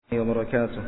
وبركاته.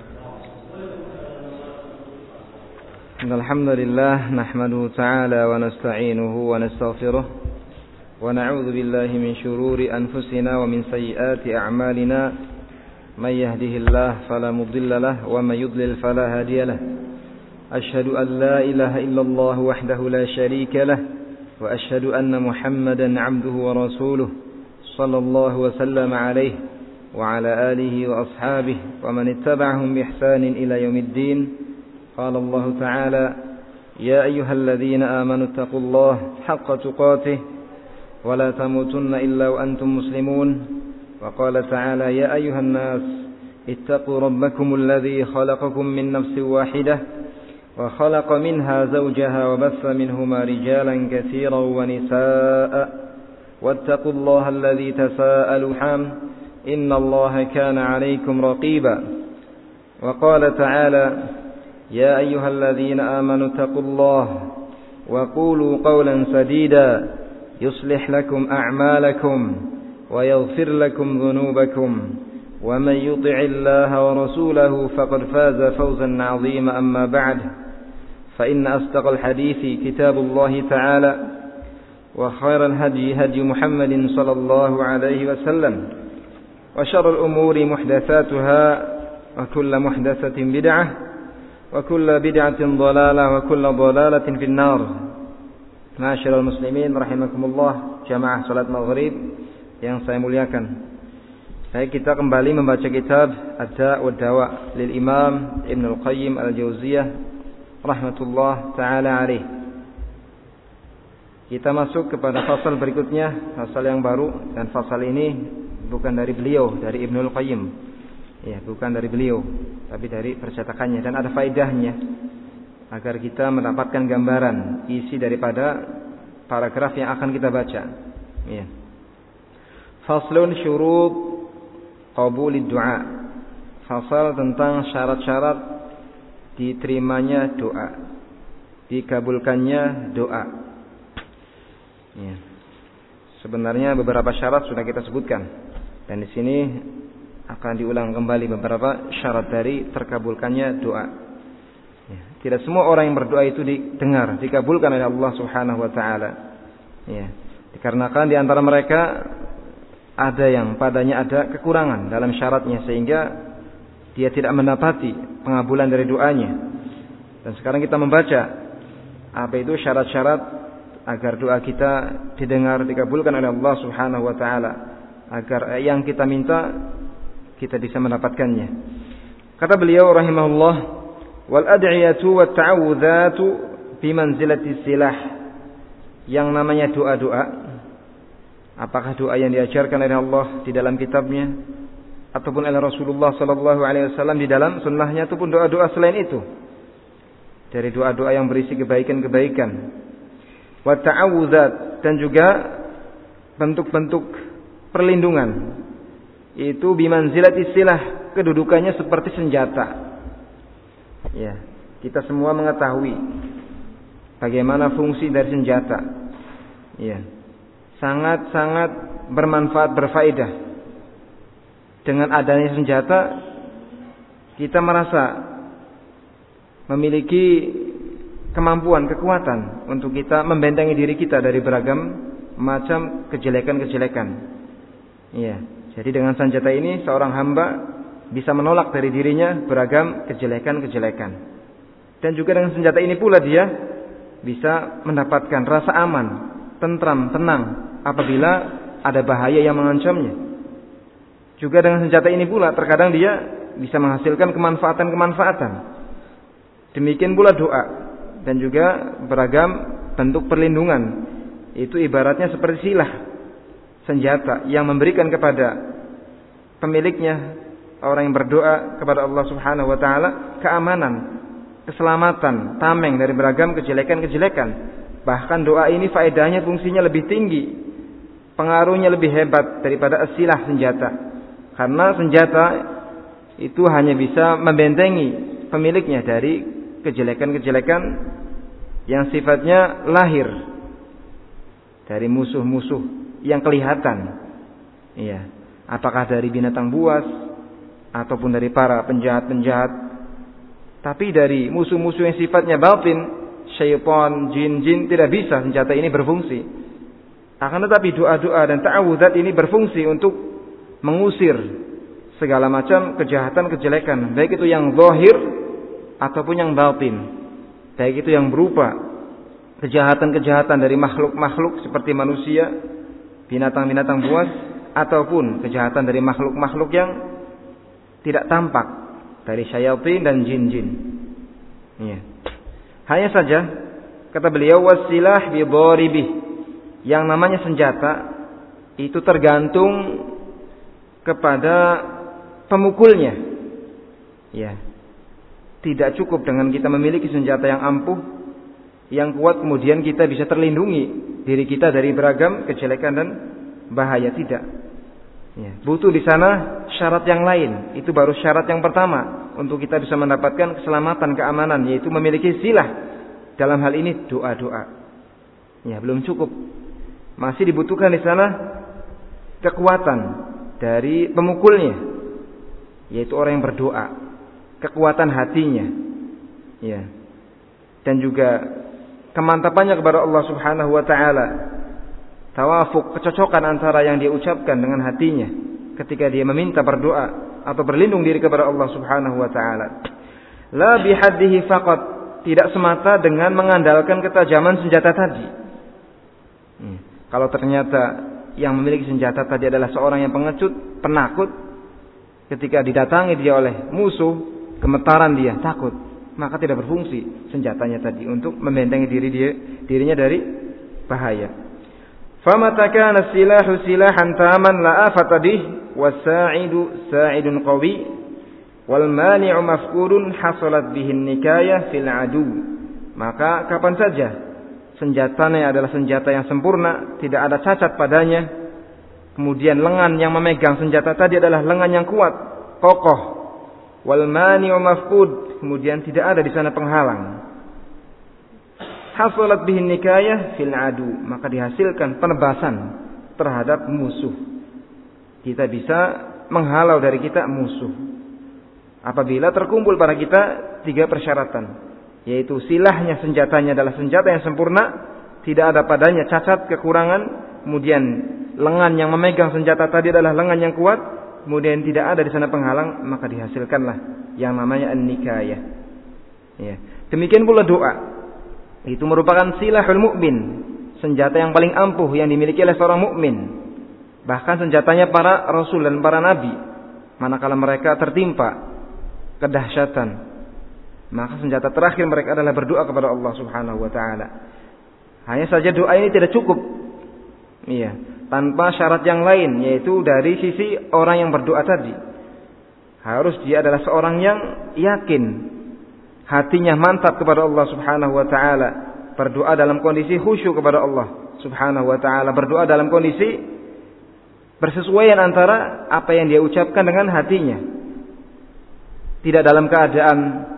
إن الحمد لله نحمده تعالى ونستعينه ونستغفره ونعوذ بالله من شرور أنفسنا ومن سيئات أعمالنا من يهده الله فلا مضل له ومن يضلل فلا هادي له. أشهد أن لا إله إلا الله وحده لا شريك له وأشهد أن محمدا عبده ورسوله صلى الله وسلم عليه وعلى آله وأصحابه ومن اتبعهم بإحسان إلى يوم الدين. قال الله تعالى: يا أيها الذين آمنوا اتقوا الله حق تقاته ولا تموتن إلا وأنتم مسلمون. وقال تعالى: يا أيها الناس اتقوا ربكم الذي خلقكم من نفس واحدة وخلق منها زوجها وبث منهما رجالا كثيرا ونساء واتقوا الله الذي تساءلون به إن الله كان عليكم رقيبا. وقال تعالى: يا أيها الذين آمنوا اتقوا الله وقولوا قولا سديدا يصلح لكم أعمالكم ويغفر لكم ذنوبكم ومن يطع الله ورسوله فقد فاز فوزا عظيما. أما بعد، فإن أصدق الحديث كتاب الله تعالى وخير الهدي هدي محمد صلى الله عليه وسلم وشر الأمور محدثاتها وكل محدثة بدعة وكل بدعة ضلالة وكل ضلالة في النار. Ma'asyiral muslimin rahimakumullah, jamaah salat maghrib yang saya muliakan. Baik, kita kembali membaca kitab Ad-Da' wa Dawa lil Imam Ibnu Al-Qayyim Al-Jauziyah rahmatullah taala alaih. Kita masuk kepada fasal berikutnya, fasal yang baru, dan fasal ini bukan dari beliau, dari Ibnu Al-Qayyim. Ya, bukan dari beliau, tapi dari percetakannya, dan ada faedahnya agar kita mendapatkan gambaran isi daripada paragraf yang akan kita baca. Ya. Faslun syurut qabulid du'a. Fasal tentang syarat-syarat diterimanya doa, dikabulkannya doa. Ya. Sebenarnya beberapa syarat sudah kita sebutkan, dan di sini akan diulang kembali beberapa syarat dari terkabulkannya doa. Ya. Tidak semua orang yang berdoa itu didengar, dikabulkan oleh Allah Subhanahu wa taala. Ya. Dikarenakan di antara mereka ada yang padanya ada kekurangan dalam syaratnya sehingga dia tidak mendapati pengabulan dari doanya. Dan sekarang kita membaca apa itu syarat-syarat agar doa kita didengar, dikabulkan oleh Allah Subhanahu wa taala, agar yang kita minta kita bisa mendapatkannya. Kata beliau rahimahullah: wal ad'iyatu wat ta'awudzatu bimanzilati silah. Yang namanya doa-doa, apakah doa yang diajarkan oleh Allah di dalam kitabnya ataupun oleh Rasulullah sallallahu alaihi wasallam di dalam sunnahnya, ataupun doa-doa selain itu dari doa-doa yang berisi kebaikan-kebaikan. Wa ta'awudzat, dan juga bentuk-bentuk perlindungan, itu bimanzilati silah, kedudukannya seperti senjata. Ya, kita semua mengetahui bagaimana fungsi dari senjata. Ya, sangat-sangat bermanfaat, berfaedah. Dengan adanya senjata, kita merasa memiliki kemampuan, kekuatan untuk kita membentengi diri kita dari beragam macam kejelekan-kejelekan. Ya, jadi dengan senjata ini seorang hamba bisa menolak dari dirinya beragam kejelekan-kejelekan. Dan juga dengan senjata ini pula dia bisa mendapatkan rasa aman, tentram, tenang apabila ada bahaya yang mengancamnya. Juga dengan senjata ini pula terkadang dia bisa menghasilkan kemanfaatan-kemanfaatan. Demikian pula doa dan juga beragam bentuk perlindungan. Itu ibaratnya seperti silah, senjata yang memberikan kepada pemiliknya, orang yang berdoa kepada Allah Subhanahu wa taala, keamanan, keselamatan, tameng dari beragam kejelekan-kejelekan. Bahkan doa ini faedahnya, fungsinya lebih tinggi, pengaruhnya lebih hebat daripada silah, senjata. Karena senjata itu hanya bisa membentengi pemiliknya dari kejelekan-kejelekan yang sifatnya lahir dari musuh-musuh yang kelihatan. Iya. Apakah dari binatang buas, ataupun dari para penjahat-penjahat, tapi dari musuh-musuh yang sifatnya batin, syaitan, jin-jin, tidak bisa senjata ini berfungsi. Akan tetapi doa-doa dan ta'awudzat ini berfungsi untuk mengusir segala macam kejahatan, kejelekan, baik itu yang zahir ataupun yang batin, baik itu yang berupa kejahatan-kejahatan dari makhluk-makhluk seperti manusia, binatang-binatang buas, ataupun kejahatan dari makhluk-makhluk yang tidak tampak dari syayatin dan jin-jin. Ya. Hanya saja kata beliau, wasilah bi dharibih, yang namanya senjata itu tergantung kepada pemukulnya. Ya. Tidak cukup dengan kita memiliki senjata yang ampuh, yang kuat, kemudian kita bisa terlindungi diri kita dari beragam kejelekan dan bahaya, tidak. Ya. Butuh di sana syarat yang lain. Itu baru syarat yang pertama untuk kita bisa mendapatkan keselamatan, keamanan, yaitu memiliki silah. Dalam hal ini doa-doa. Ya, belum cukup. Masih dibutuhkan di sana kekuatan dari pemukulnya, yaitu orang yang berdoa, kekuatan hatinya. Ya. Dan juga kemantapannya kepada Allah Subhanahu wa taala. Tawafuk, kecocokan antara yang dia ucapkan dengan hatinya ketika dia meminta berdoa atau berlindung diri kepada Allah Subhanahu wa taala. La bihaddihi faqat, tidak semata dengan mengandalkan ketajaman senjata tadi. Kalau ternyata yang memiliki senjata tadi adalah seorang yang pengecut, penakut, ketika didatangi dia oleh musuh, gemetaran dia, takut, maka tidak berfungsi senjatanya tadi untuk membentengi dirinya dari bahaya. فَمَتَى كَانَ السِّلَاحُ سِلَاحًا تَامًا لَا آفَةَ بِهِ وَالسَّاعِدُ سَاعِدٌ قَوِيٌّ وَالْمَانِعُ مَفْقُودٌ حَصَلَتْ بِهِ النِّكَايَةُ فِي الْعَدُوِّ. Maka kapan saja senjatanya adalah senjata yang sempurna, tidak ada cacat padanya, kemudian lengan yang memegang senjata tadi adalah lengan yang kuat, kokoh, وَالْمَانِعُ مَفْقُودٌ, kemudian tidak ada di sana penghalang. Hasalat bihin nikayah fil adu, maka dihasilkan penebasan terhadap musuh. Kita bisa menghalau dari kita musuh apabila terkumpul pada kita 3 persyaratan, yaitu silahnya, senjatanya adalah senjata yang sempurna, tidak ada padanya cacat, kekurangan, kemudian lengan yang memegang senjata tadi adalah lengan yang kuat, kemudian tidak ada di sana penghalang, maka dihasilkanlah yang namanya an-nikayah. Ya. Demikian pula doa. Itu merupakan silahul mukmin, senjata yang paling ampuh yang dimiliki oleh seorang mukmin. Bahkan senjatanya para rasul dan para nabi, manakala mereka tertimpa kedahsyatan, maka senjata terakhir mereka adalah berdoa kepada Allah Subhanahu wa taala. Hanya saja doa ini tidak cukup. Iya, tanpa syarat yang lain, yaitu dari sisi orang yang berdoa tadi. Harus dia adalah seorang yang yakin, hatinya mantap kepada Allah Subhanahu wa taala, berdoa dalam kondisi khusyuk kepada Allah Subhanahu wa taala, berdoa dalam kondisi bersesuaian antara apa yang dia ucapkan dengan hatinya. Tidak dalam keadaan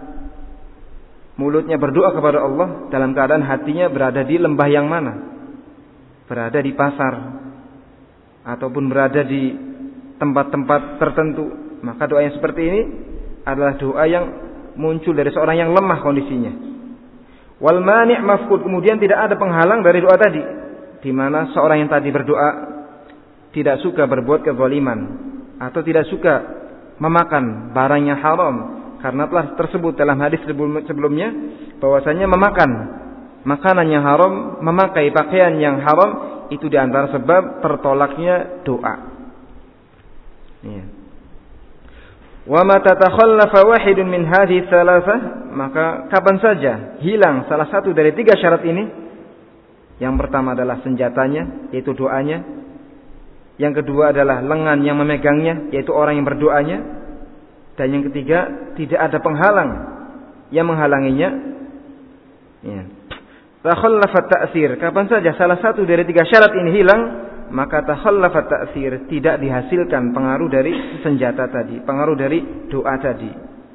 mulutnya berdoa kepada Allah, dalam keadaan hatinya berada di lembah yang mana? Berada di pasar ataupun berada di tempat-tempat tertentu. Maka doa yang seperti ini adalah doa yang muncul dari seorang yang lemah kondisinya. Wal mani' mafqud, kemudian tidak ada penghalang dari doa tadi, di mana seorang yang tadi berdoa tidak suka berbuat kezaliman atau tidak suka memakan barang yang haram, karena telah tersebut dalam hadis sebelumnya bahwasanya memakan makanan yang haram, memakai pakaian yang haram itu di antara sebab tertolaknya doa. Ya. Wa mata takhallafa wahidun min hadhihi thalathah, maka kapan saja hilang salah satu dari 3 syarat ini. Yang pertama adalah senjatanya, yaitu doanya. Yang kedua adalah lengan yang memegangnya, yaitu orang yang berdoanya. Dan yang ketiga, tidak ada penghalang yang menghalanginya. Ya. Takhallafa ta'sir, kapan saja salah satu dari 3 syarat ini hilang, maka takhallafa ta'sir, tidak dihasilkan pengaruh dari senjata tadi, pengaruh dari doa tadi.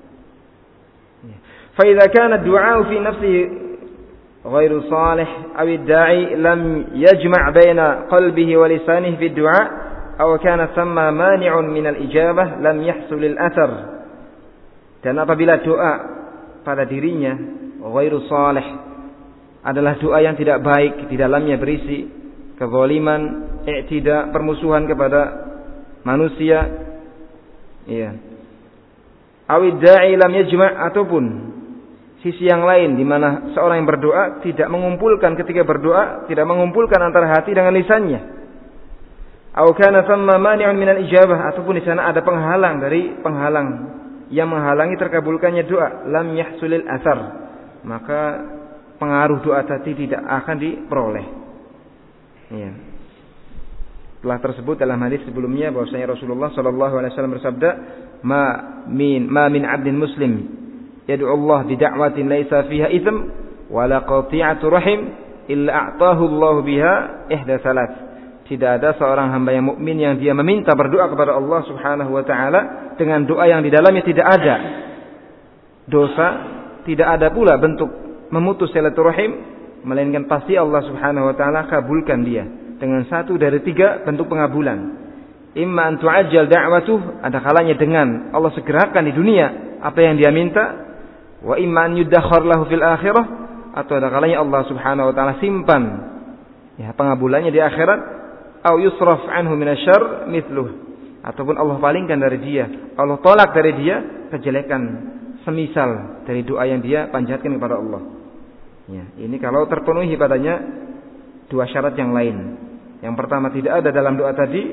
Fa idza kana ad-du'a fi nafsihi ghairu salih aw ad-da'i lam yajma' baina qalbihi wa lisanihi fi ad-du'a aw kana thamma mani'un minal ijabah lam yahsulil athar. Dan apabila doa pada dirinya ghairu salih, adalah doa yang tidak baik, di dalamnya berisi kezaliman, i'tida, permusuhan kepada manusia, ya. Awid da'i lam yajma', ataupun sisi yang lain di mana seorang yang berdoa tidak mengumpulkan, ketika berdoa tidak mengumpulkan antara hati dengan lisannya. Aw kana thamma mani'un minal ijabah, ataupun di sana ada penghalang yang menghalangi terkabulkannya doa, lam yahsulil athar, maka pengaruh doa tadi tidak akan diperoleh. Ya. Telah tersebut dalam hadis sebelumnya bahwasanya Rasulullah sallallahu alaihi wasallam bersabda, ma min 'abdin muslim yad'u Allah bi da'watin laisa fiha itsm wala qati'atu rahim illa a'tahu Allah biha ihda salat. Tidak ada seorang hamba yang mukmin yang dia meminta berdoa kepada Allah Subhanahu wa taala dengan doa yang di dalamnya tidak ada dosa, tidak ada pula bentuk memutus silaturahim, melainkan pasti Allah Subhanahu wa taala kabulkan dia dengan satu dari 3 bentuk pengabulan. Imma an tu'ajjal da'watuh, ada kalanya dengan Allah segerakan di dunia apa yang dia minta, wa imma an yudakhkhar lahu fil akhirah, atau ada kalanya Allah Subhanahu wa taala simpan ya pengabulannya di akhirat, au yusraf anhu minasyarr mithluh, ataupun Allah palingkan dari dia, Allah tolak dari dia kejelekan semisal dari doa yang dia panjatkan kepada Allah. Ya, ini kalau terpenuhi padanya 2 syarat yang lain. Yang pertama, tidak ada dalam doa tadi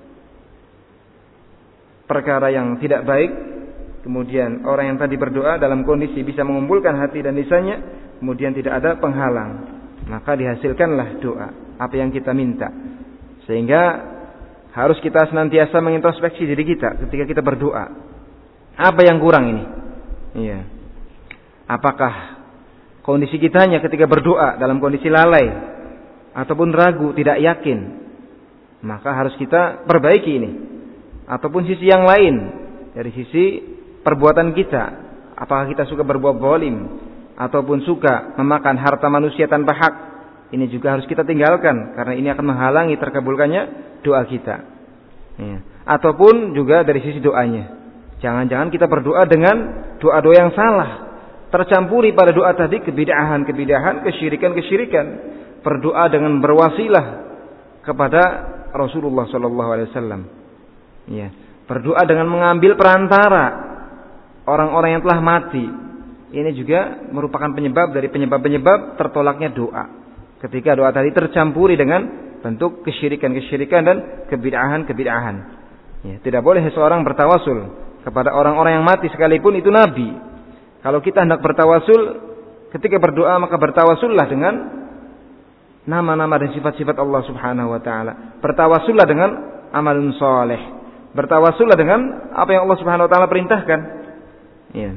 perkara yang tidak baik. Kemudian orang yang tadi berdoa dalam kondisi bisa mengumpulkan hati dan lisannya, kemudian tidak ada penghalang, maka dihasilkanlah doa apa yang kita minta. Sehingga harus kita senantiasa mengintrospeksi diri kita ketika kita berdoa. Apa yang kurang ini? Iya. Apakah kondisi kitanya ketika berdoa dalam kondisi lalai ataupun ragu, tidak yakin? Maka harus kita perbaiki ini. Ataupun sisi yang lain, dari sisi perbuatan kita, apakah kita suka berbuat zalim ataupun suka memakan harta manusia tanpa hak? Ini juga harus kita tinggalkan, karena ini akan menghalangi terkabulkannya doa kita. Ya. Ataupun juga dari sisi doanya, jangan-jangan kita berdoa dengan doa-doa yang salah, tercampuri pada doa tadi kebid'ahan, kesyirikan. Berdoa dengan berwasilah kepada Rasulullah sallallahu alaihi wasallam. Ya. Berdoa dengan mengambil perantara orang-orang yang telah mati. Ini juga merupakan penyebab dari penyebab-penyebab tertolaknya doa. Ketika doa tadi tercampuri dengan bentuk kesyirikan dan kebid'ahan. Ya, tidak boleh seseorang bertawasul kepada orang-orang yang mati sekalipun itu nabi. Kalau kita hendak bertawasul ketika berdoa, maka bertawasullah dengan nama-nama dan sifat-sifat Allah Subhanahu wa taala. Bertawasullah dengan amalun saleh. Bertawasullah dengan apa yang Allah Subhanahu wa taala perintahkan. Ya.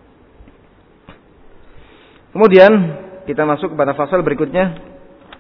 Kemudian kita masuk kepada fasal berikutnya.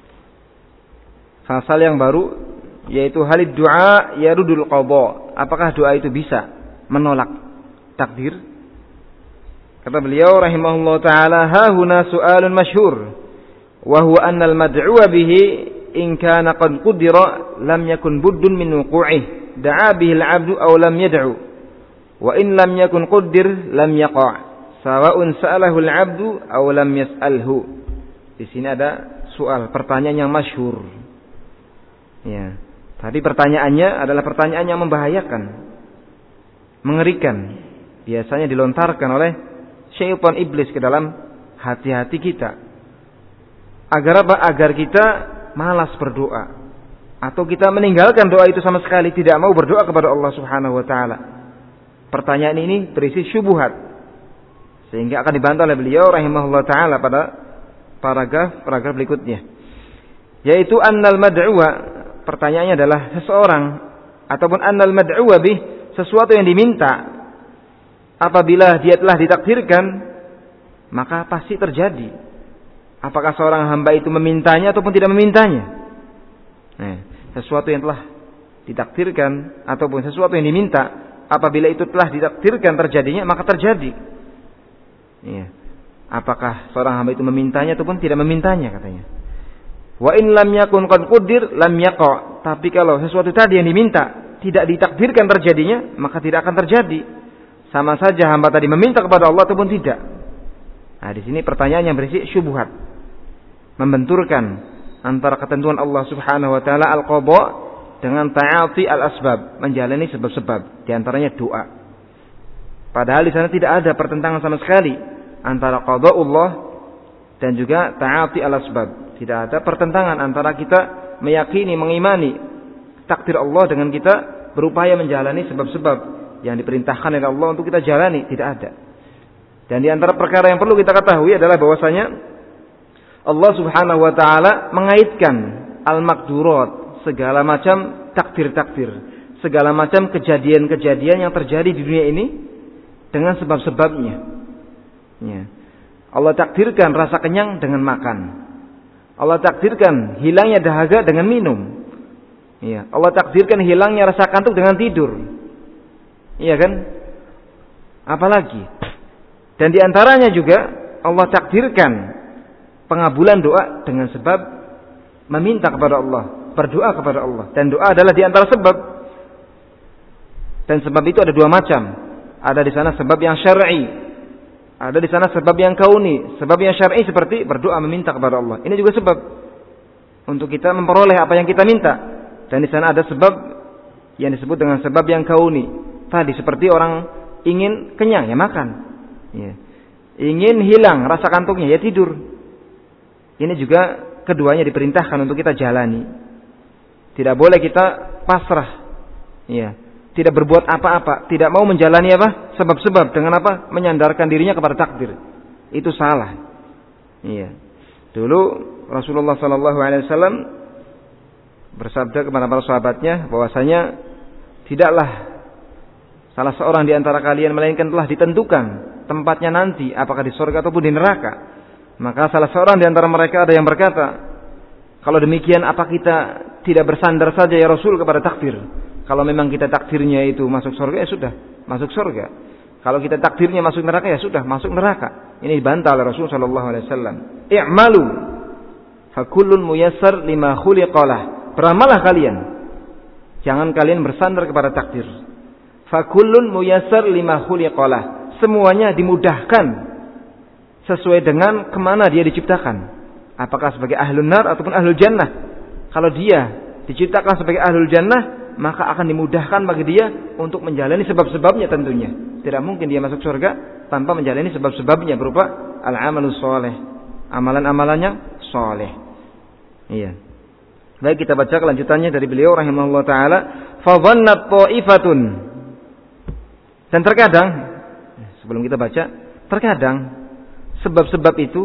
Fasal yang baru, yaitu halid du'a yarudul qadha. Apakah doa itu bisa menolak takdir? Kata beliau rahimahullah ta'ala, ha huna su'alun masyhur wa huwa anna al-mad'uwa bihi in kana qad qudira lam yakun buddun min wuqu'ihi da'a bihi al-'abdu aw lam yad'u wa in lam yakun quddir lam yaqa' sawa'un sa'alahu al-'abdu aw lam yas'alhu. Di sini ada soal, pertanyaan yang masyhur. Ya, tadi pertanyaannya adalah pertanyaan yang membahayakan, mengerikan. Biasanya dilontarkan oleh syaitan iblis ke dalam hati-hati kita. Agar apa? Agar kita malas berdoa, atau kita meninggalkan doa itu sama sekali, tidak mau berdoa kepada Allah Subhanahu wa taala. Pertanyaan ini berisi syubhat, sehingga akan dibantah oleh beliau rahimahullah taala pada paragraf berikutnya, yaitu annal mad'uwa. Pertanyaannya adalah seseorang ataupun annal mad'uwa bih, sesuatu yang diminta apabila dia telah ditakdirkan maka pasti terjadi. Apakah seorang hamba itu memintanya ataupun tidak memintanya? Sesuatu yang telah ditakdirkan ataupun sesuatu yang diminta, apabila itu telah ditakdirkan terjadinya maka terjadi. Apakah seorang hamba itu memintanya ataupun tidak memintanya, katanya. Wa in lam yakun qad quddir lam yaqa. Tapi kalau sesuatu tadi yang diminta tidak ditakdirkan terjadinya, maka tidak akan terjadi. Sama saja hamba tadi meminta kepada Allah ataupun tidak. Nah, di sini pertanyaan yang berisi syubhat, membenturkan antara ketentuan Allah Subhanahu wa taala al-qada dengan ta'ati al-asbab, menjalani sebab-sebab, di antaranya doa. Padahal di sana tidak ada pertentangan sama sekali antara qada'ullah dan juga ta'ati al-asbab. Tidak ada pertentangan antara kita meyakini, mengimani takdir Allah dengan kita berupaya menjalani sebab-sebab yang diperintahkan oleh Allah untuk kita jalani, tidak ada. Dan di antara perkara yang perlu kita ketahui adalah bahwasanya Allah Subhanahu wa taala mengaitkan al-maqdurat, segala macam takdir-takdir, segala macam kejadian-kejadian yang terjadi di dunia ini dengan sebab-sebabnya. Ya. Allah takdirkan rasa kenyang dengan makan. Allah takdirkan hilangnya dahaga dengan minum. Ya. Allah takdirkan hilangnya rasa kantuk dengan tidur. Iya kan? Apalagi? Dan di antaranya juga Allah takdirkan pengabulan doa dengan sebab meminta kepada Allah, berdoa kepada Allah. Dan doa adalah di antara sebab. Dan sebab itu ada dua macam. Ada di sana sebab yang syar'i, ada di sana sebab yang kauni. Sebab yang syar'i seperti berdoa meminta kepada Allah. Ini juga sebab untuk kita memperoleh apa yang kita minta. Dan di sana ada sebab yang disebut dengan sebab yang kauni. Tadi seperti orang ingin kenyang, ya makan. Ya. Ingin hilang rasa kantuknya, ya tidur. Ini juga keduanya diperintahkan untuk kita jalani. Tidak boleh kita pasrah. Ya. Tidak berbuat apa-apa, tidak mau menjalani apa? Sebab-sebab dengan apa? Menyandarkan dirinya kepada takdir. Itu salah. Iya. Dulu Rasulullah SAW bersabda kepada para sahabatnya bahwasanya tidaklah salah seorang di antara kalian melainkan telah ditentukan tempatnya nanti, apakah di surga ataupun di neraka. Maka salah seorang di antara mereka ada yang berkata, kalau demikian apa kita tidak bersandar saja ya Rasul kepada takdir? Kalau memang kita takdirnya itu masuk surga, ya sudah masuk surga. Kalau kita takdirnya masuk neraka, ya sudah masuk neraka. Ini dibantah oleh Rasul sallallahu alaihi wasallam. I'malu fa kullun muyassar lima khuliqa lah. Beramallah kalian. Jangan kalian bersandar kepada takdir. Fa kullun muyassar lima khuliqa lah. Semuanya dimudahkan sesuai dengan kemana dia diciptakan. Apakah sebagai ahlun nar ataupun ahlul jannah. Kalau dia diciptakan sebagai ahlul jannah, maka akan dimudahkan bagi dia untuk menjalani sebab-sebabnya tentunya. Tidak mungkin dia masuk surga tanpa menjalani sebab-sebabnya berupa al-amalus soleh, amalan-amalannya soleh. Iya. Baik, kita baca kelanjutannya dari beliau rahimahullah taala. Fa dhannat ta'ifatun. Dan terkadang, sebelum kita baca, terkadang sebab-sebab itu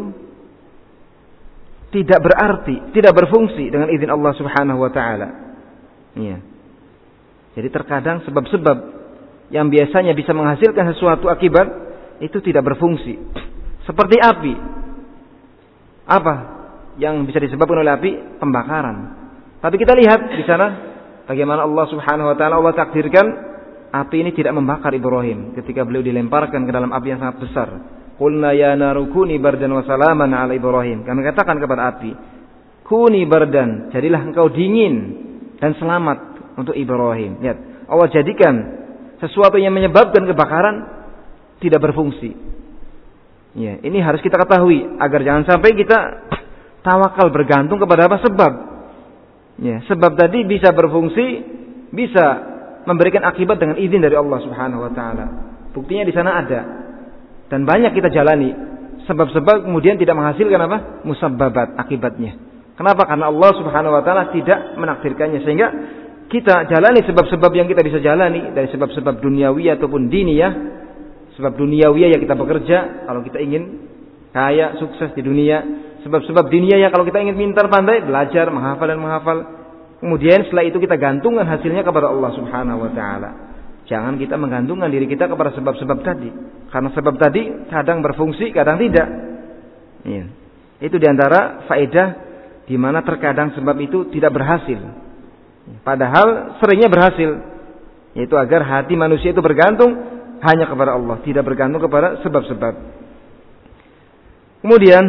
tidak berarti, tidak berfungsi dengan izin Allah Subhanahu wa taala. Iya. Jadi terkadang sebab-sebab yang biasanya bisa menghasilkan sesuatu akibat itu tidak berfungsi. Seperti api. Apa yang bisa disebabkan oleh api? Pembakaran. Tapi kita lihat di sana bagaimana Allah Subhanahu wa taala, Allah takdirkan api ini tidak membakar Ibrahim ketika beliau dilemparkan ke dalam api yang sangat besar. Qulna ya naru kuni bardan wa salaman ala Ibrahim. Kami katakan kepada api, kuni bardan, jadilah engkau dingin dan selamat untuk Ibrahim. Lihat, Allah jadikan sesuatu yang menyebabkan kebakaran tidak berfungsi. Ya, ini harus kita ketahui agar jangan sampai kita tawakal bergantung kepada apa sebab. Ya, sebab tadi bisa berfungsi, bisa memberikan akibat dengan izin dari Allah Subhanahu wa taala. Buktinya di sana ada. Dan banyak kita jalani sebab-sebab kemudian tidak menghasilkan apa? Musabbabat, akibatnya. Kenapa? Karena Allah Subhanahu wa taala tidak menakdirkannya, sehingga kita jalani sebab-sebab yang kita bisa jalani dari sebab-sebab duniawi ataupun diniyah. Sebab duniawi ya kita bekerja kalau kita ingin kaya, sukses di dunia. Sebab-sebab diniyah ya kalau kita ingin pintar, pandai, belajar, menghafal dan menghafal. Kemudian setelah itu kita gantungkan hasilnya kepada Allah Subhanahu wa taala. Jangan kita menggantungkan diri kita kepada sebab-sebab tadi. Karena sebab tadi kadang berfungsi, kadang tidak. Ya. Itu diantara faedah di mana terkadang sebab itu tidak berhasil. Padahal seringnya berhasil, yaitu agar hati manusia itu bergantung hanya kepada Allah, tidak bergantung kepada sebab-sebab. Kemudian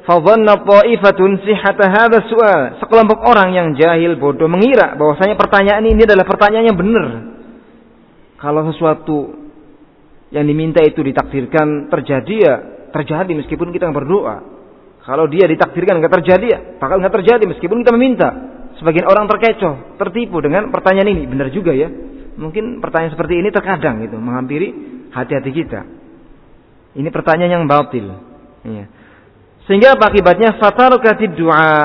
Fadhanna ta'ifatun sihhata hadzal su'al. Sekelompok orang yang jahil bodoh mengira bahwasanya pertanyaan ini adalah pertanyaan yang benar. Kalau sesuatu yang diminta itu ditakdirkan terjadi, ya terjadi meskipun kita berdoa. Kalau dia ditakdirkan enggak terjadi, ya bakal enggak terjadi meskipun kita meminta. Sebagian orang terkecoh, tertipu dengan pertanyaan ini. Benar juga ya. Mungkin pertanyaan seperti ini terkadang gitu menghampiri hati-hati kita. Ini pertanyaan yang batil. Ya. Sehingga apa akibatnya? Faturikatid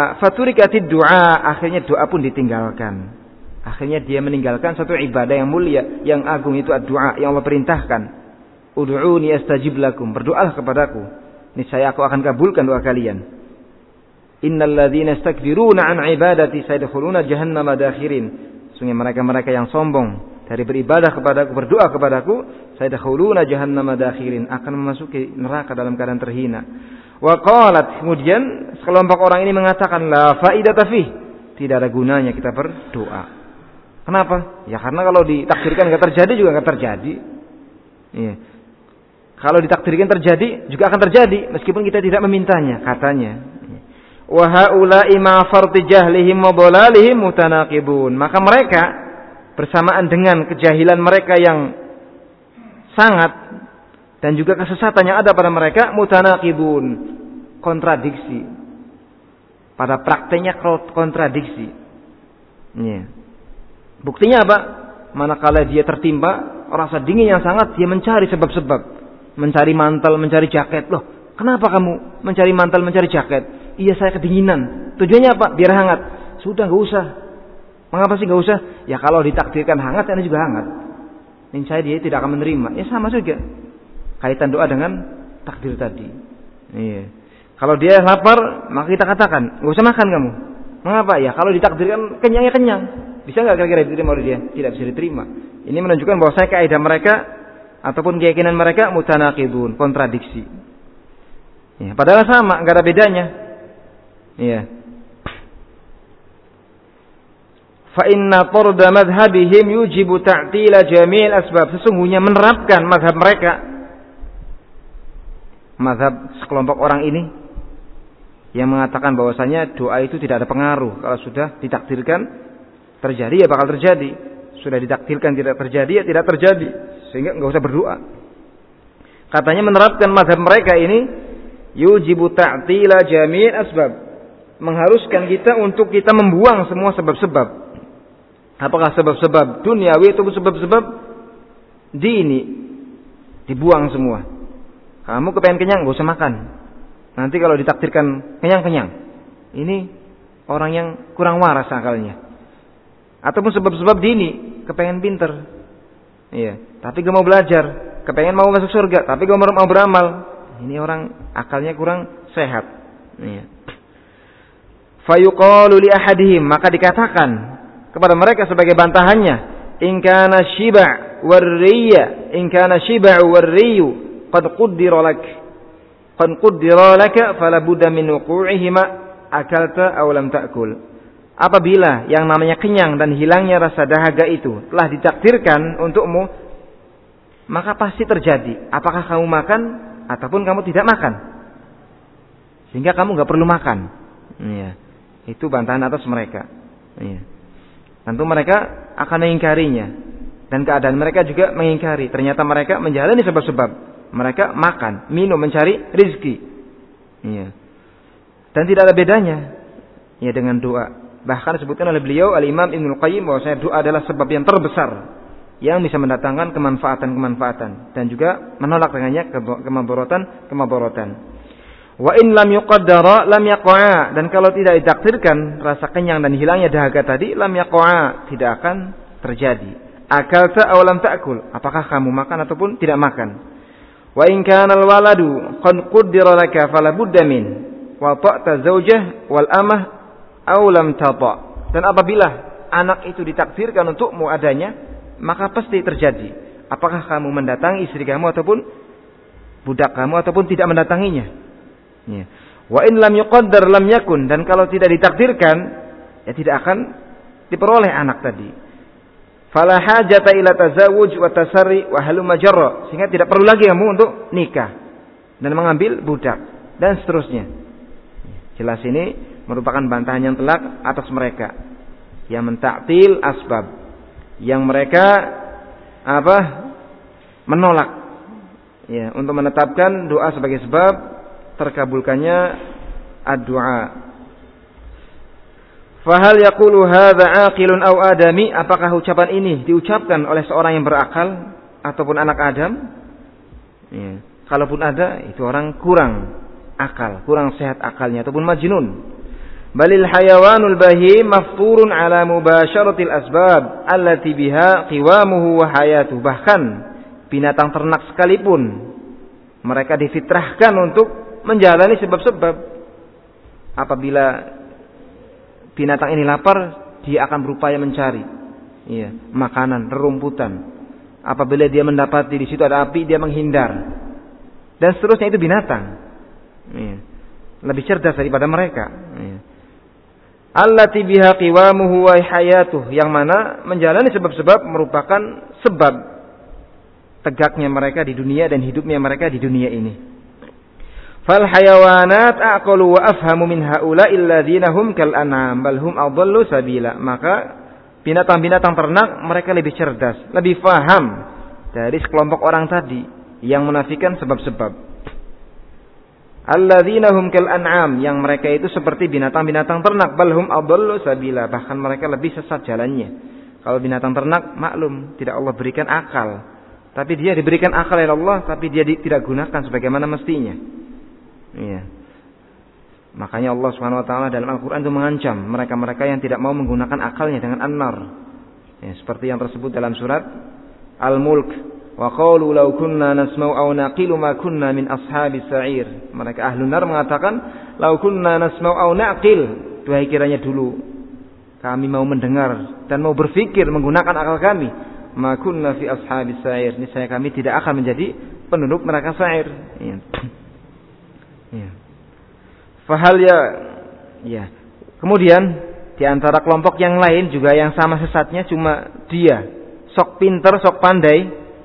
du'a, akhirnya doa pun ditinggalkan. Akhirnya dia meninggalkan satu ibadah yang mulia, yang agung, itu ad-du'a yang Allah perintahkan. Ud'uuni astajib lakum, berdoalah kepadaku, niscaya aku akan kabulkan doa kalian. Innal ladzina istakbiruna an ibadati sayadkhuluna jahannama dakhirin. Sungguh mereka-mereka yang sombong dari beribadah kepadaku, berdoa kepadaku, sayadkhuluna jahannama dakhirin, akan memasuki neraka dalam keadaan terhina. Wa qalat, kemudian sekelompok orang ini mengatakan, la faidata fih, tidak ada gunanya kita berdoa. Kenapa? Ya karena kalau ditakdirkan enggak terjadi juga enggak terjadi. Iya. Kalau ditakdirkan terjadi juga akan terjadi meskipun kita tidak memintanya, katanya. Wa haula'i ma farti jahlihim wa dhalalihim mutanaqibun. Maka mereka bersamaan dengan kejahilan mereka yang sangat dan juga kesesatan yang ada pada mereka, mutanaqibun, kontradiksi. Pada prakteknya kontradiksi. Ya. Buktinya apa? Manakala dia tertimpa rasa dingin yang sangat, dia mencari sebab-sebab, mencari mantel, mencari jaket. Loh, kenapa kamu mencari mantel, mencari jaket? Iya, saya kedinginan. Tujuannya apa? Biar hangat. Sudah, enggak usah. Mengapa sih enggak usah? Ya kalau ditakdirkan hangat, Anda juga hangat. Insya Allah dia tidak akan menerima. Ya sama juga. Kaitan doa dengan takdir tadi. Iya. Kalau dia lapar, maka kita katakan, enggak usah makan kamu. Mengapa? Ya kalau ditakdirkan kenyang, ya kenyang. Bisa enggak kira-kira diterima oleh dia? Tidak bisa diterima. Ini menunjukkan bahwa kaidah mereka ataupun keyakinan mereka mutanaqidun, kontradiksi. Ya, padahal sama, enggak ada bedanya. Iya. Fa inna tarda madhhabihim yujibu ta'tila jami'il asbab. Sesungguhnya menerapkan mazhab mereka, mazhab sekelompok orang ini yang mengatakan bahwasanya doa itu tidak ada pengaruh. Kalau sudah ditakdirkan terjadi, ya bakal terjadi. Sudah ditakdirkan tidak terjadi, ya tidak terjadi. Sehingga enggak usah berdoa. Katanya menerapkan mazhab mereka ini yujibu ta'tila jami'il asbab, mengharuskan kita untuk kita membuang semua sebab-sebab. Apakah sebab-sebab duniawi atau sebab-sebab dini, dibuang semua. Kamu kepengen kenyang, gak usah makan. Nanti kalau ditakdirkan kenyang-kenyang. Ini orang yang kurang waras akalnya. Ataupun sebab-sebab dini, kepengen pinter. Iya, tapi gak mau belajar. Kepengen mau masuk surga, tapi gak mau beramal. Ini orang akalnya kurang sehat. Iya. Fayuqalu li ahadihim, maka dikatakan kepada mereka sebagai bantahannya, in kana shiba' warriya, in kana shiba'u warriyu qad quddira laka fala budda min wuqu'ihima akalta aw lam ta'kul. Apabila yang namanya kenyang dan hilangnya rasa dahaga itu telah ditakdirkan untukmu, maka pasti terjadi. Apakah kamu makan ataupun kamu tidak makan, sehingga kamu enggak perlu makan. Iya. Itu bantahan atas mereka. Iya. Tentu mereka akan mengingkarinya. Dan keadaan mereka juga mengingkari. Ternyata mereka menjalani sebab-sebab. Mereka makan, minum, mencari rezeki. Iya. Dan tidak ada bedanya ya dengan doa. Bahkan disebutkan oleh beliau Al-Imam Ibnul Qayyim bahwasanya doa adalah sebab yang terbesar yang bisa mendatangkan kemanfaatan-kemanfaatan dan juga menolak dengannya kemadaratan. Wa in lam yuqaddara lam yaqa'a, dan kalau tidak ditakdirkan rasa kenyang dan hilangnya dahaga tadi, lam yaqa'a, tidak akan terjadi. Akalta aw lam ta'kul, apakah kamu makan ataupun tidak makan. Wa in kana al-waladu qad quddira laka fala budda min wa ta'ta zawjah wal amah aw lam tata. Dan apabila anak itu ditakdirkan untukmu adanya, maka pasti terjadi. Apakah kamu mendatangi istri kamu ataupun budak kamu ataupun tidak mendatanginya. Ya. Wa in lam yuqaddar lam yakun, dan kalau tidak ditakdirkan ya tidak akan diperoleh anak tadi. Fala hajata ila tazawuj wa tasarri wa halumma jarra, sehingga tidak perlu lagi kamu untuk nikah dan mengambil budak dan seterusnya. Jelas ini merupakan bantahan yang telak atas mereka yang mentaktil asbab, yang mereka menolak ya untuk menetapkan doa sebagai sebab terkabulkannya ad-du'a. Fahal yaqulu hadza aqilun aw adami? Apakah ucapan ini diucapkan oleh seorang yang berakal ataupun anak Adam? Ya. Kalaupun ada, itu orang kurang akal, kurang sehat akalnya ataupun majnun. Balil hayawanul bahim mafturun ala mubasharatil asbab allati biha qiwamuhu wa hayatuh. Bahkan binatang ternak sekalipun mereka difitrahkan untuk menjalani sebab-sebab. Apabila binatang ini lapar, dia akan berupaya mencari makanan, rerumputan. Apabila dia mendapati di situ ada api, dia menghindar. Dan seterusnya, itu binatang. Lebih cerdas daripada mereka. Allati biha qiwamuhu wa hayatuh, yang mana menjalani sebab-sebab merupakan sebab tegaknya mereka di dunia dan hidupnya mereka di dunia ini. Fal hayawanat aqalu wa afhamu min haula'i alladziina hum kal an'am bal hum adallu sabila. Maka binatang-binatang ternak mereka lebih cerdas, lebih faham dari sekelompok orang tadi yang menafikan sebab-sebab. Alladziina hum kal an'am, yang mereka itu seperti binatang-binatang ternak, bal hum adallu sabila, bahkan mereka lebih sesat jalannya. Kalau binatang ternak maklum tidak Allah berikan akal, tapi dia diberikan akal oleh Allah, tapi dia tidak gunakan sebagaimana mestinya. Iya. Makanya Allah Subhanahu wa taala dalam Al-Qur'an itu mengancam mereka-mereka yang tidak mau menggunakan akalnya dengan an-nar. Ya, seperti yang tersebut dalam surat Al-Mulk, wa qalu law kunna nasma'u aw naqilu ma kunna min ashabis sa'ir. Mereka ahlun nar mengatakan, law kunna nasma'u aw naqil, duhai kiranya dulu kami mau mendengar dan mau berpikir menggunakan akal kami, ma kunna fi ashabis sa'ir, niscaya kami tidak akan menjadi penduduk neraka sa'ir. Ya. Ya. Fahal ya. Kemudian di antara kelompok yang lain juga yang sama sesatnya, cuma dia sok pinter, sok pandai.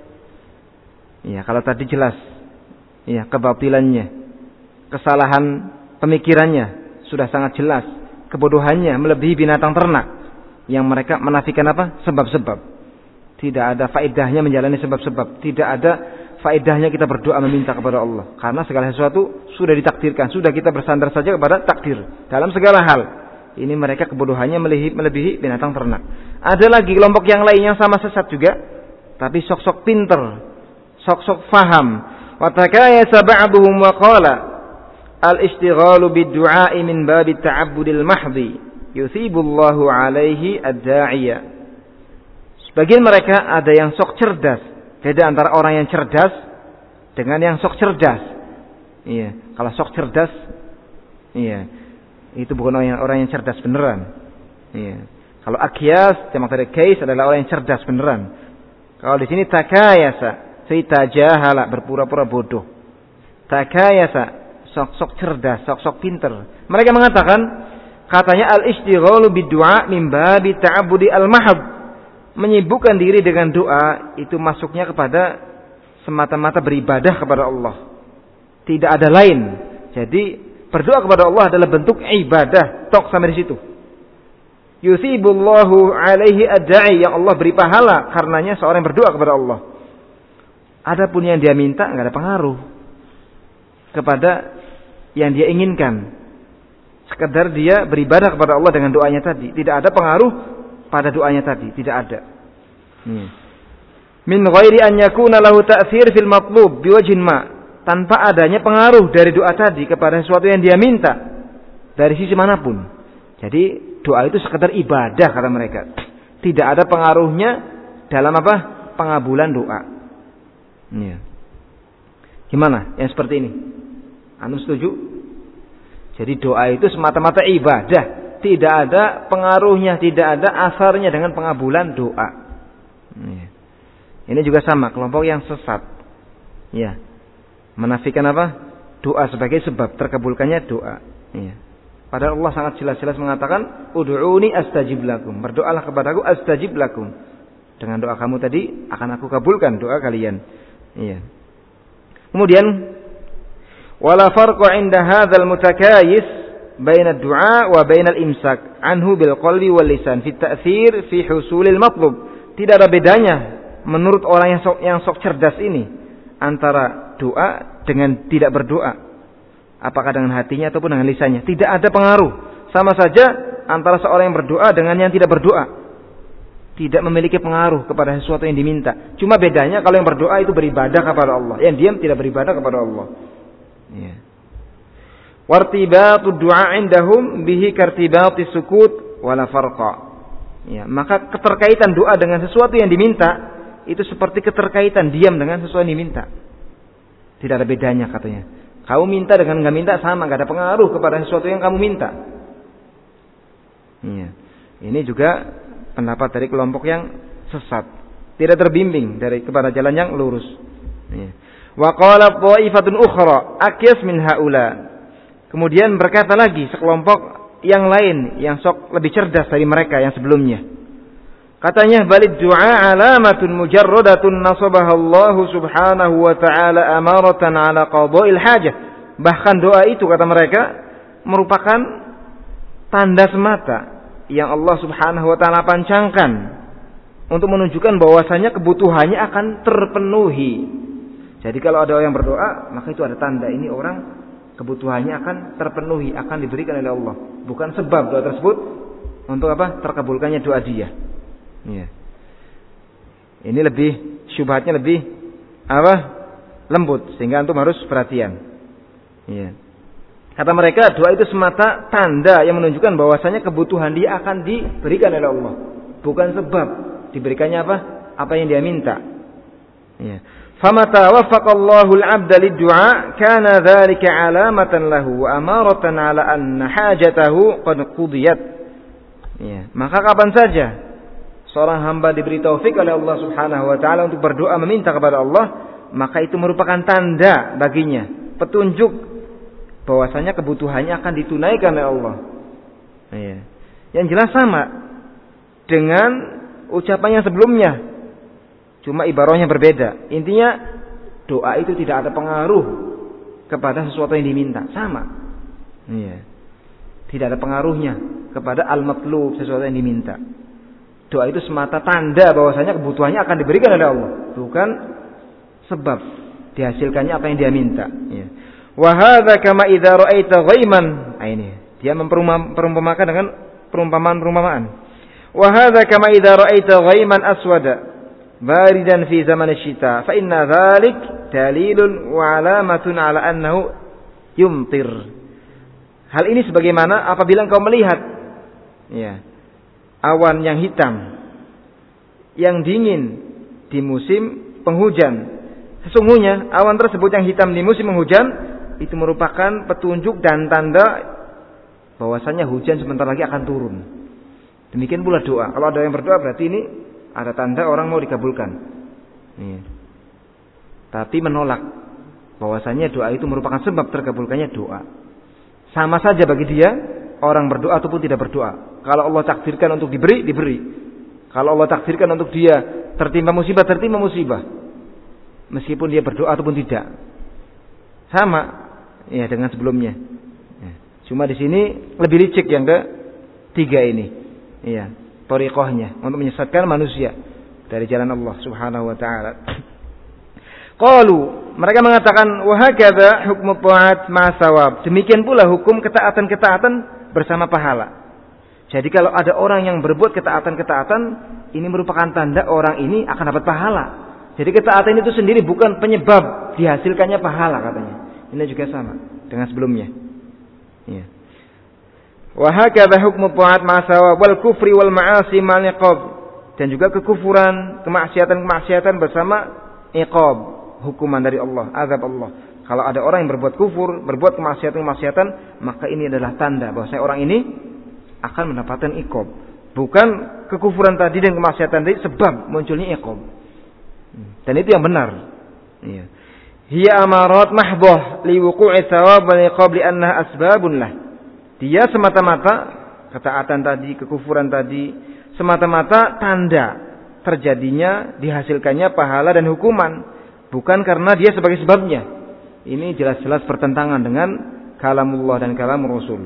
Ya, kalau tadi jelas ya kebatilannya, kesalahan pemikirannya sudah sangat jelas, kebodohannya melebihi binatang ternak yang mereka menafikan sebab-sebab. Tidak ada faedahnya menjalani sebab-sebab, tidak ada faedahnya kita berdoa meminta kepada Allah, karena segala sesuatu sudah ditakdirkan, sudah kita bersandar saja kepada takdir dalam segala hal. Ini mereka kebodohannya melebihi binatang ternak. Ada lagi kelompok yang lain yang sama sesat juga, tapi sok-sok pinter, sok-sok faham. Wa takayasa ba'duhum wa qala al-ishtighalu bid-du'a'i min babi ta'abbudil mahdhi yusibullahu 'alaihi ad-da'iya. Sebagian mereka ada yang sok cerdas. Beda antara orang yang cerdas dengan yang sok cerdas. Iya, kalau sok cerdas, iya, itu bukan orang yang cerdas beneran. Iya. Kalau akyas, jamak dari kais adalah orang yang cerdas beneran. Kalau di sini takayasa, jahala, berpura-pura bodoh. Takayasa, sok-sok cerdas, sok-sok pinter. Mereka mengatakan, katanya al-ishtighalu bid-du'a min babi ta'abbudi al-mahab. Menyibukkan diri dengan doa itu masuknya kepada semata-mata beribadah kepada Allah, tidak ada lain. Jadi berdoa kepada Allah adalah bentuk ibadah. Tok sampai di situ. Yusibullahu 'alaihi ad-da'i, yang Allah beri pahala karenanya seorang yang berdoa kepada Allah. Adapun yang dia minta enggak ada pengaruh kepada yang dia inginkan. Sekedar dia beribadah kepada Allah dengan doanya tadi, tidak ada pengaruh pada doanya tadi, tidak ada. Min ghairi an yakuna lahu ta'thir fil matlub biwajhin ma, tanpa adanya pengaruh dari doa tadi kepada sesuatu yang dia minta dari sisi manapun. Jadi doa itu sekedar ibadah kata mereka. Tidak ada pengaruhnya dalam pengabulan doa. Ya. Gimana yang seperti ini? Antum setuju? Jadi doa itu semata-mata ibadah. Tidak ada pengaruhnya, tidak ada asarnya dengan pengabulan doa. Ini juga sama, kelompok yang sesat. Ya. Menafikan doa sebagai sebab terkabulkannya doa. Ya. Padahal Allah sangat jelas-jelas mengatakan, ud'uuni astajib lakum. Berdoalah kepadaku astajib lakum. Dengan doa kamu tadi akan aku kabulkan doa kalian. Ya. Kemudian wala farqa 'inda hadzal mutakayis baina du'a wa baina al-imsak anhu bil qalbi wal lisan fi ta'thir fi husulil matlub. Tidak ada bedanya menurut orang yang sok cerdas ini antara doa dengan tidak berdoa. Apakah dengan hatinya ataupun dengan lisannya? Tidak ada pengaruh. Sama saja antara seorang yang berdoa dengan yang tidak berdoa. Tidak memiliki pengaruh kepada sesuatu yang diminta. Cuma bedanya kalau yang berdoa itu beribadah kepada Allah, yang diam tidak beribadah kepada Allah. Ya. Wartibatu du'a indahum bihi kartibati sukut wala farqa. Ya, maka keterkaitan doa dengan sesuatu yang diminta itu seperti keterkaitan diam dengan sesuatu yang diminta. Tidak ada bedanya katanya. Kamu minta dengan enggak minta sama, enggak ada pengaruh kepada sesuatu yang kamu minta. Ya. Ini juga pendapat dari kelompok yang sesat, tidak terbimbing kepada jalan yang lurus. Wa qala dha'ifatun ukhra akyas min haula. Kemudian berkata lagi sekelompok yang lain yang sok lebih cerdas dari mereka yang sebelumnya. Katanya balid du'a alamatun mujarradatun nasabaha Allah subhanahu wa ta'ala amaratan ala qada'il hajah. Bahkan doa itu kata mereka merupakan tanda semata yang Allah subhanahu wa ta'ala pancangkan untuk menunjukkan bahwasanya kebutuhannya akan terpenuhi. Jadi kalau ada orang yang berdoa, maka itu ada tanda ini orang kebutuhannya akan terpenuhi, akan diberikan oleh Allah. Bukan sebab doa tersebut untuk apa? Terkabulkannya doa dia. Ya. Ini lebih syubhatnya lebih apa? Lembut, sehingga antum harus perhatian. Ya. Kata mereka doa itu semata tanda yang menunjukkan bahwasanya kebutuhan dia akan diberikan oleh Allah, bukan sebab diberikannya apa? Apa yang dia minta. Ya. Famata waffaqallahu al-'abda lid-du'a kana dzalika 'alamatan lahu wa amaratan 'ala anna hajatahu qad qudiyat. Ya, maka kapan saja seorang hamba diberi taufik oleh Allah Subhanahu wa taala untuk berdoa meminta kepada Allah, maka itu merupakan tanda baginya, petunjuk bahwasanya kebutuhannya akan ditunaikan oleh Allah. Ya. Yang jelas sama dengan ucapan yang sebelumnya. Cuma ibarahnya berbeda. Intinya doa itu tidak ada pengaruh kepada sesuatu yang diminta. Sama. Iya. Tidak ada pengaruhnya kepada al-matlub, sesuatu yang diminta. Doa itu semata tanda bahwasanya kebutuhannya akan diberikan oleh Allah, bukan sebab dihasilkannya apa yang dia minta. Iya. Wa hadza kama idza ra'aita ghaiman. Ini dia memperumpamakan dengan perumpamaan. Wa hadza kama idza ra'aita ghaiman aswada baridan fi zaman asy-syita fa inna dzalik dalilun wa 'alamatun 'ala annahu yumtir. Hal ini sebagaimana apabila engkau melihat ya, awan yang hitam yang dingin di musim penghujan. Sesungguhnya awan tersebut yang hitam di musim penghujan itu merupakan petunjuk dan tanda bahwasanya hujan sebentar lagi akan turun. Demikian pula doa. Kalau ada yang berdoa berarti ini ada tanda orang mau dikabulkan. Iya. Tapi menolak bahwasanya doa itu merupakan sebab terkabulkannya doa. Sama saja bagi dia orang berdoa ataupun tidak berdoa. Kalau Allah takdirkan untuk diberi, diberi. Kalau Allah takdirkan untuk dia tertimpa musibah, tertimpa musibah. Meskipun dia berdoa ataupun tidak. Sama ya dengan sebelumnya. Ya. Cuma di sini lebih licik yang ketiga ini. Iya. Thariqahnya untuk menyesatkan manusia dari jalan Allah Subhanahu wa taala. Qalu, mereka mengatakan wa hakadha hukmu ta'at ma sawab. Demikian pula hukum ketaatan-ketaatan bersama pahala. Jadi kalau ada orang yang berbuat ketaatan-ketaatan, ini merupakan tanda orang ini akan dapat pahala. Jadi ketaatan itu sendiri bukan penyebab dihasilkannya pahala katanya. Ini juga sama dengan sebelumnya. Iya. Wa hakadha hukmu ta'at ma sawab wal kufri wal ma'asi ma'al iqab. Dan juga kekufuran, kemaksiatan bersama iqab, hukuman dari Allah, azab Allah. Kalau ada orang yang berbuat kufur, berbuat kemaksiatan, maka ini adalah tanda bahwa orang ini akan mendapatkan iqab. Bukan kekufuran tadi dan kemaksiatan tadi sebab munculnya iqab. Dan itu yang benar. Iya. Hiya amarat mahdhah li wuqu'i thawab wal iqab li annaha asbabun lah. Dia semata-mata ketaatan tadi, kekufuran tadi, semata-mata tanda terjadinya, dihasilkannya pahala dan hukuman, bukan karena dia sebagai sebabnya. Ini jelas-jelas bertentangan dengan kalamullah dan kalam Rasul.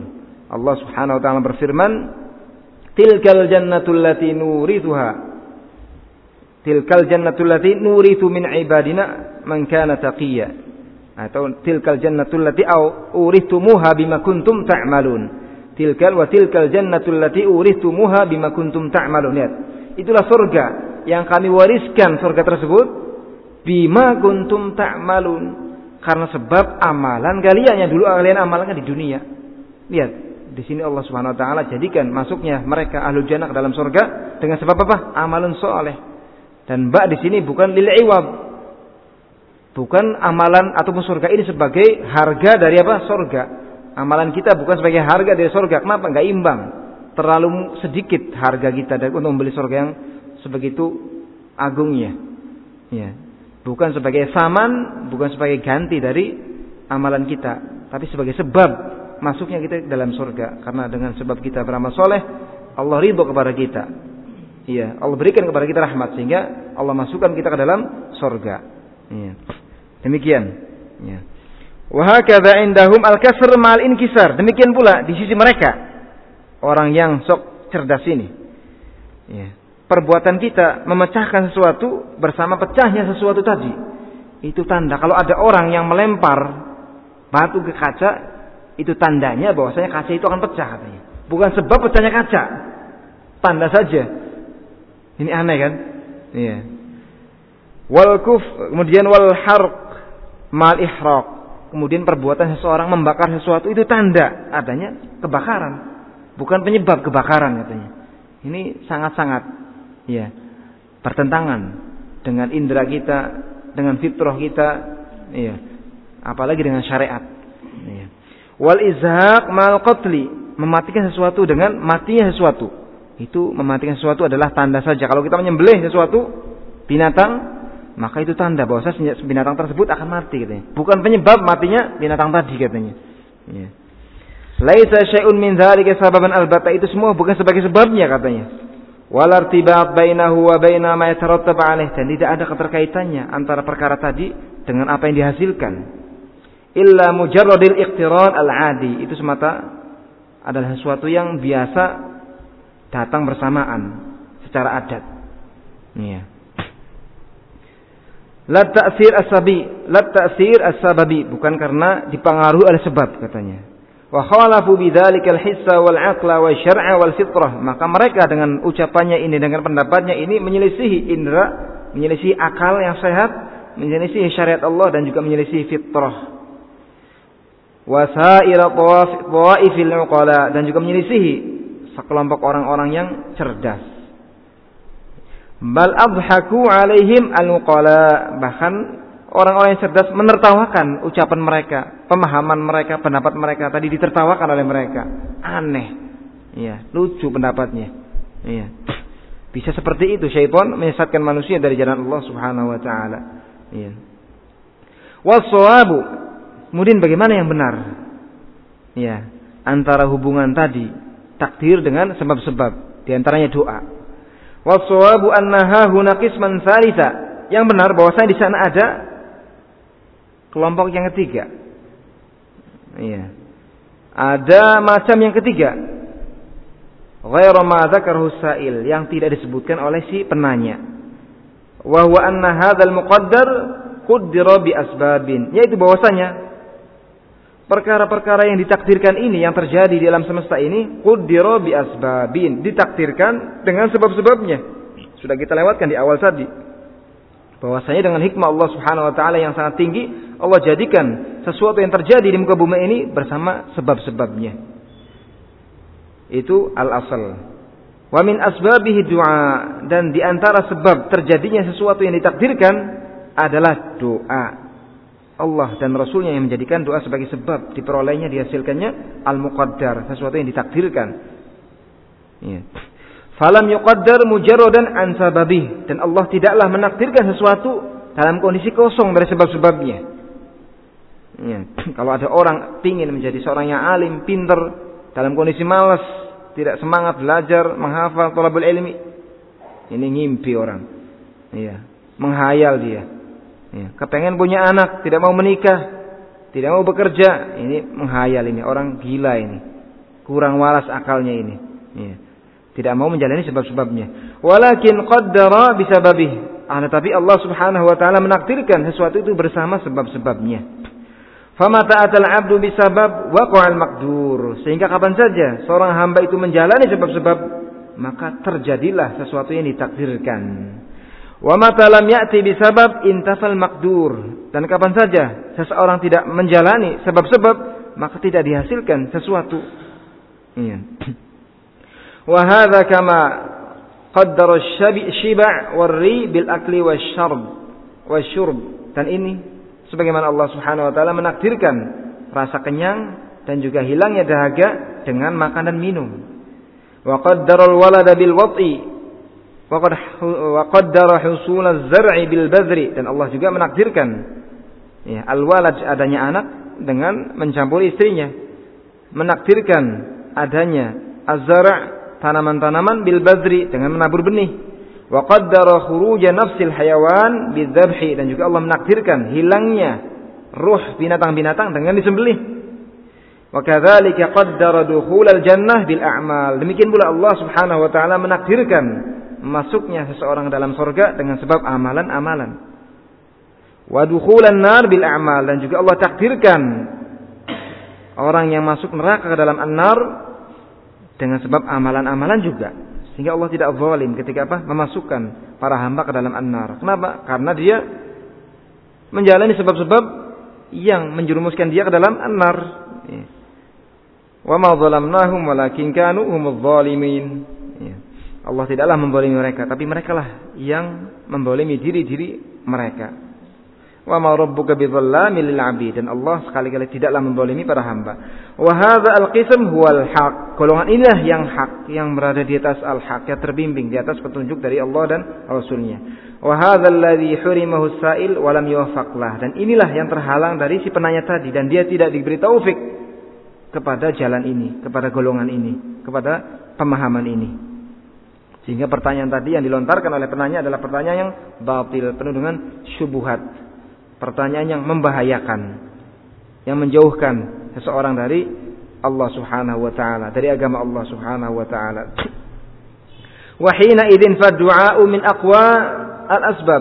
Allah Subhanahu wa taala berfirman, "Tilkal jannatul lati nurithuha." Tilkal jannatul lati nurithu min ibadina man kana taqiyya. Atau tilkal jannatul lati urithumuha bima kuntum ta'malun. Tilkal jannatul lati urithumuha bima kuntum ta'malun. Lihat. Itulah surga yang kami wariskan surga tersebut bima kuntum ta'malun, karena sebab amalan kalian yang dulu kalian amalkan di dunia. Lihat, di sini Allah Subhanahu wa taala jadikan masuknya mereka ahlul jannah ke dalam surga dengan sebab apa? Amalun soleh. Dan di sini bukan lil iwab. Bukan amalan ataupun surga ini sebagai harga dari apa? Surga. Amalan kita bukan sebagai harga dari surga. Kenapa? Enggak imbang. Terlalu sedikit harga kita untuk membeli surga yang sebegitu agungnya. Ya. Bukan sebagai saman, bukan sebagai ganti dari amalan kita, tapi sebagai sebab masuknya kita dalam surga. Karena dengan sebab kita beramal soleh, Allah ridho kepada kita. Iya, Allah berikan kepada kita rahmat sehingga Allah masukkan kita ke dalam surga. Iya. Demikian. Ya. Wa hakadha indahum al-kasr ma'al inkisar. Demikian pula di sisi mereka, orang yang sok cerdas ini. Ya. Perbuatan kita memecahkan sesuatu bersama pecahnya sesuatu tadi. Itu tanda kalau ada orang yang melempar batu ke kaca, itu tandanya bahwasanya kaca itu akan pecah katanya. Bukan sebab pecahnya kaca. Tanda saja. Ini aneh kan? Iya. Kemudian wal harq mal ihraq. Kemudian perbuatan seseorang membakar sesuatu itu tanda adanya kebakaran, bukan penyebab kebakaran katanya. Ini sangat-sangat ya bertentangan dengan indera kita, dengan fitrah kita, ya. Apalagi dengan syariat. Ya. Wal izhaq mal qatli, mematikan sesuatu dengan matinya sesuatu. Itu mematikan sesuatu adalah tanda saja. Kalau kita menyembelih sesuatu binatang, maka itu tanda bahwa binatang tersebut akan mati katanya. Bukan penyebab matinya binatang tadi katanya. Ya. Laisa syai'un min dzalika sababan albata, itu semua bukan sebagai sebabnya katanya. Wal irtibat bainahu wa baina ma yatarattab alaih, dan tidak ada keterkaitannya antara perkara tadi dengan apa yang dihasilkan. Illa mujarradil iqtiran al-adi, itu semata adalah sesuatu yang biasa datang bersamaan secara adat. Iya. La ta'sir as-sababi, bukan karena dipengaruhi oleh sebab katanya. Wa khalafu bidzalika al-hissa wal 'aqla wa syar'a wal fitrah, maka mereka dengan ucapannya ini, dengan pendapatnya ini menyelisihi indera, menyelisihi akal yang sehat, menyelisihi syariat Allah dan juga menyelisihi fitrah. Wa sa'ira tawaifil 'uqala, dan juga menyelisihi sekelompok orang-orang yang cerdas. Bal adhaku alaihim al-uqala, bahkan orang-orang yang cerdas menertawakan ucapan mereka, pemahaman mereka, pendapat mereka tadi ditertawakan oleh mereka. Aneh. Iya, lucu pendapatnya. Iya. Bisa seperti itu syaitan menyesatkan manusia dari jalan Allah Subhanahu wa taala. Iya. Was-shawabu, kemudian bagaimana yang benar? Iya, antara hubungan tadi takdir dengan sebab-sebab, di antaranya doa. Was-shawabu annaha huna qisman tsalitsa, yang benar bahwasanya di sana ada kelompok yang ketiga. Iya. Ada macam yang ketiga. Ghairu ma dzakarahu sa'il, yang tidak disebutkan oleh si penanya. Wa huwa anna hadzal muqaddar quddira bi asbabin, yaitu bahwasanya perkara-perkara yang ditakdirkan ini, yang terjadi di alam semesta ini, quddira bi asbabin, ditakdirkan dengan sebab-sebabnya. Sudah kita lewatkan di awal tadi. Bahwasanya dengan hikmah Allah Subhanahu wa taala yang sangat tinggi, Allah jadikan sesuatu yang terjadi di muka bumi ini bersama sebab-sebabnya. Itu al-asal. Wa min asbabihi du'a, dan di antara sebab terjadinya sesuatu yang ditakdirkan adalah doa. Allah dan Rasulnya yang menjadikan doa sebagai sebab diperolehnya, dihasilkannya al-muqaddar, sesuatu yang ditakdirkan. Ya. Falam yuqaddar mujarradan an sababih, dan Allah tidaklah menakdirkan sesuatu dalam kondisi kosong dari sebab-sebabnya. Ya. Kalau ada orang ingin menjadi seorang yang alim, pintar, dalam kondisi malas, tidak semangat belajar, menghafal thalabul ilmi, ini ngimpi orang. Ya. Menghayal dia. Ya. Kepengen punya anak, tidak mau menikah, tidak mau bekerja, ini menghayal, ini orang gila ini. kurang waras akalnya ini. Ya. Tidak mau menjalani sebab-sebabnya. Walakin qaddara bisababih. Tetapi Allah Subhanahu wa taala menakdirkan sesuatu itu bersama sebab-sebabnya. Fama ta'atal 'abdu bisabab waqa'al maqdur. Sehingga kapan saja seorang hamba itu menjalani sebab-sebab, maka terjadilah sesuatu yang ditakdirkan. Wa mata lam ya'ti bisabab intafal maqdur. Dan kapan saja seseorang tidak menjalani sebab-sebab, maka tidak dihasilkan sesuatu. Iya. Wa hadza kama qaddara asy-syiba' war-ri bil akli wasyurb. Dan ini sebagaimana Allah Subhanahu wa taala menakdirkan rasa kenyang dan juga hilangnya dahaga dengan makan dan minum. Wa qaddara al-walada bil wat'i wa qaddara husul az-zar'i bil badri. Dan Allah juga menakdirkan ya, al-walad adanya anak dengan mencampuri istrinya. Menakdirkan adanya az-zar' tanaman-tanaman bil badri dengan menabur benih. Wa qaddara khuruja nafsil hayawan bidzabhi. Dan juga Allah menakdirkan hilangnya ruh binatang-binatang dengan disembelih. Wa kadzalika qaddara dukhulal jannah bil a'mal. Demikian pula Allah Subhanahu wa taala menakdirkan masuknya seseorang dalam surga dengan sebab amalan-amalan. Wa dukhulan nar bil a'mal. Dan juga Allah takdirkan orang yang masuk neraka ke dalam an-nar dengan sebab amalan-amalan juga. Sehingga Allah tidak zalim ketika memasukkan para hamba ke dalam an-nar. Kenapa? Karena dia menjalani sebab-sebab yang menjerumuskan dia ke dalam an-nar. Wa ma zalamnahum walakin kanu humudz zalimin. Allah tidaklah menzalimi mereka, tapi merekalah yang menzalimi diri-diri mereka. Wa ma rabbuka bidzallamin lil 'abid. Dan Allah sekali-kali tidaklah menzalimi para hamba. Wa hadza al-qism huwal haq. Golongan inilah yang hak, yang berada di atas al-haq, yang terbimbing di atas petunjuk dari Allah dan Rasulnya. Wa hadza alladhi hurimahu as-sa'il wa lam yuwaffaq lah. Dan inilah yang terhalang dari si penanya tadi dan dia tidak diberi taufik kepada jalan ini, kepada golongan ini, kepada pemahaman ini. Sehingga pertanyaan tadi yang dilontarkan oleh penanya adalah pertanyaan yang batil, penuh dengan syubhat. Pertanyaan yang membahayakan, yang menjauhkan seseorang dari Allah Subhanahu wa taala, dari agama Allah Subhanahu wa taala. Wa hina idzin fad-du'a'u min aqwa al-asbab.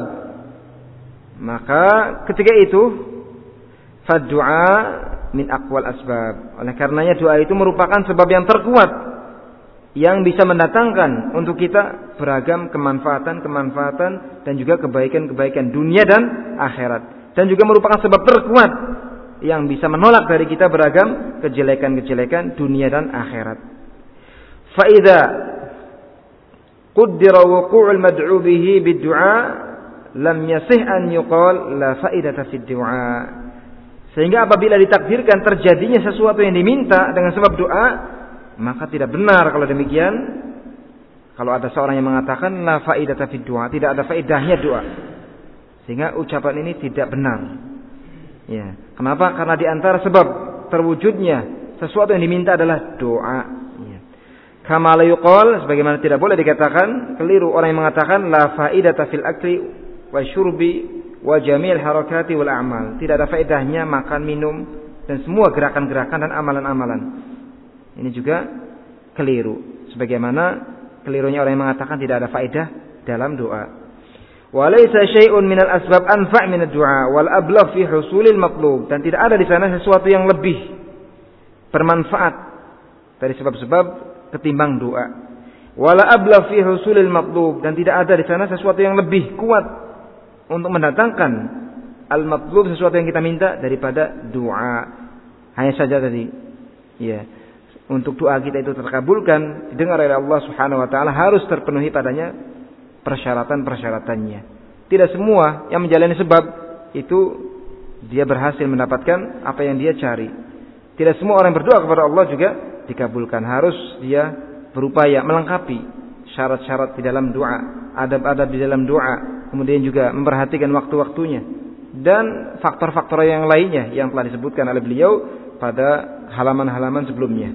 Maka ketika itu fad-du'a min aqwa al-asbab. Oleh karenanya doa itu merupakan sebab yang terkuat yang bisa mendatangkan untuk kita beragam kemanfaatan dan juga kebaikan-kebaikan dunia dan akhirat. Dan juga merupakan sebab terkuat yang bisa menolak dari kita beragam kejelekan-kejelekan dunia dan akhirat. Fa idza qaddara wuqu'ul mad'u bihi bid-du'a lam yasih an yuqal la fa'idata fid du'a. Sehingga apabila ditakdirkan terjadinya sesuatu yang diminta dengan sebab doa, maka tidak benar kalau demikian. Kalau ada seorang yang mengatakan la fa'idata fid du'a, tidak ada faedahnya doa. Sehingga ucapan ini tidak benar. Ya. Kenapa? Karena di antara sebab terwujudnya sesuatu yang diminta adalah doa. Ya. Kama la yuqal, sebagaimana tidak boleh dikatakan, keliru orang yang mengatakan la faidata fil akli wa syurbi wa jamil harakati wal a'mal. Tidak ada faedahnya makan, minum dan semua gerakan-gerakan dan amalan-amalan. Ini juga keliru. Sebagaimana kelirunya orang yang mengatakan tidak ada faedah dalam doa. Walaysa syai'un minal asbab anfa' minad du'a wal ablagh fi husulil matlub. Dan tidak ada di sana sesuatu yang lebih bermanfaat dari sebab-sebab ketimbang doa. Wala ablagh fi husulil matlub. Dan tidak ada di sana sesuatu yang lebih kuat untuk mendatangkan al-matlub, sesuatu yang kita minta, daripada doa. Hanya saja tadi, ya, untuk doa kita itu terkabulkan, didengar oleh Allah Subhanahu wa taala, harus terpenuhi padanya persyaratan-persyaratannya. Tidak semua yang menjalani sebab itu dia berhasil mendapatkan apa yang dia cari. Tidak semua orang yang berdoa kepada Allah juga dikabulkan. Harus dia berupaya melengkapi syarat-syarat di dalam doa, adab-adab di dalam doa, kemudian juga memperhatikan waktu-waktunya dan faktor-faktor yang lainnya yang telah disebutkan oleh beliau pada halaman-halaman sebelumnya.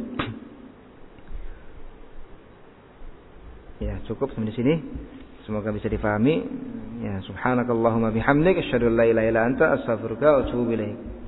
Ya, cukup sampai di sini. Semoga bisa difahami. Ya, subhanakallahumma bihamdik asyhadu an la ilaha illa anta astaghfiruka wa atubu ilaik.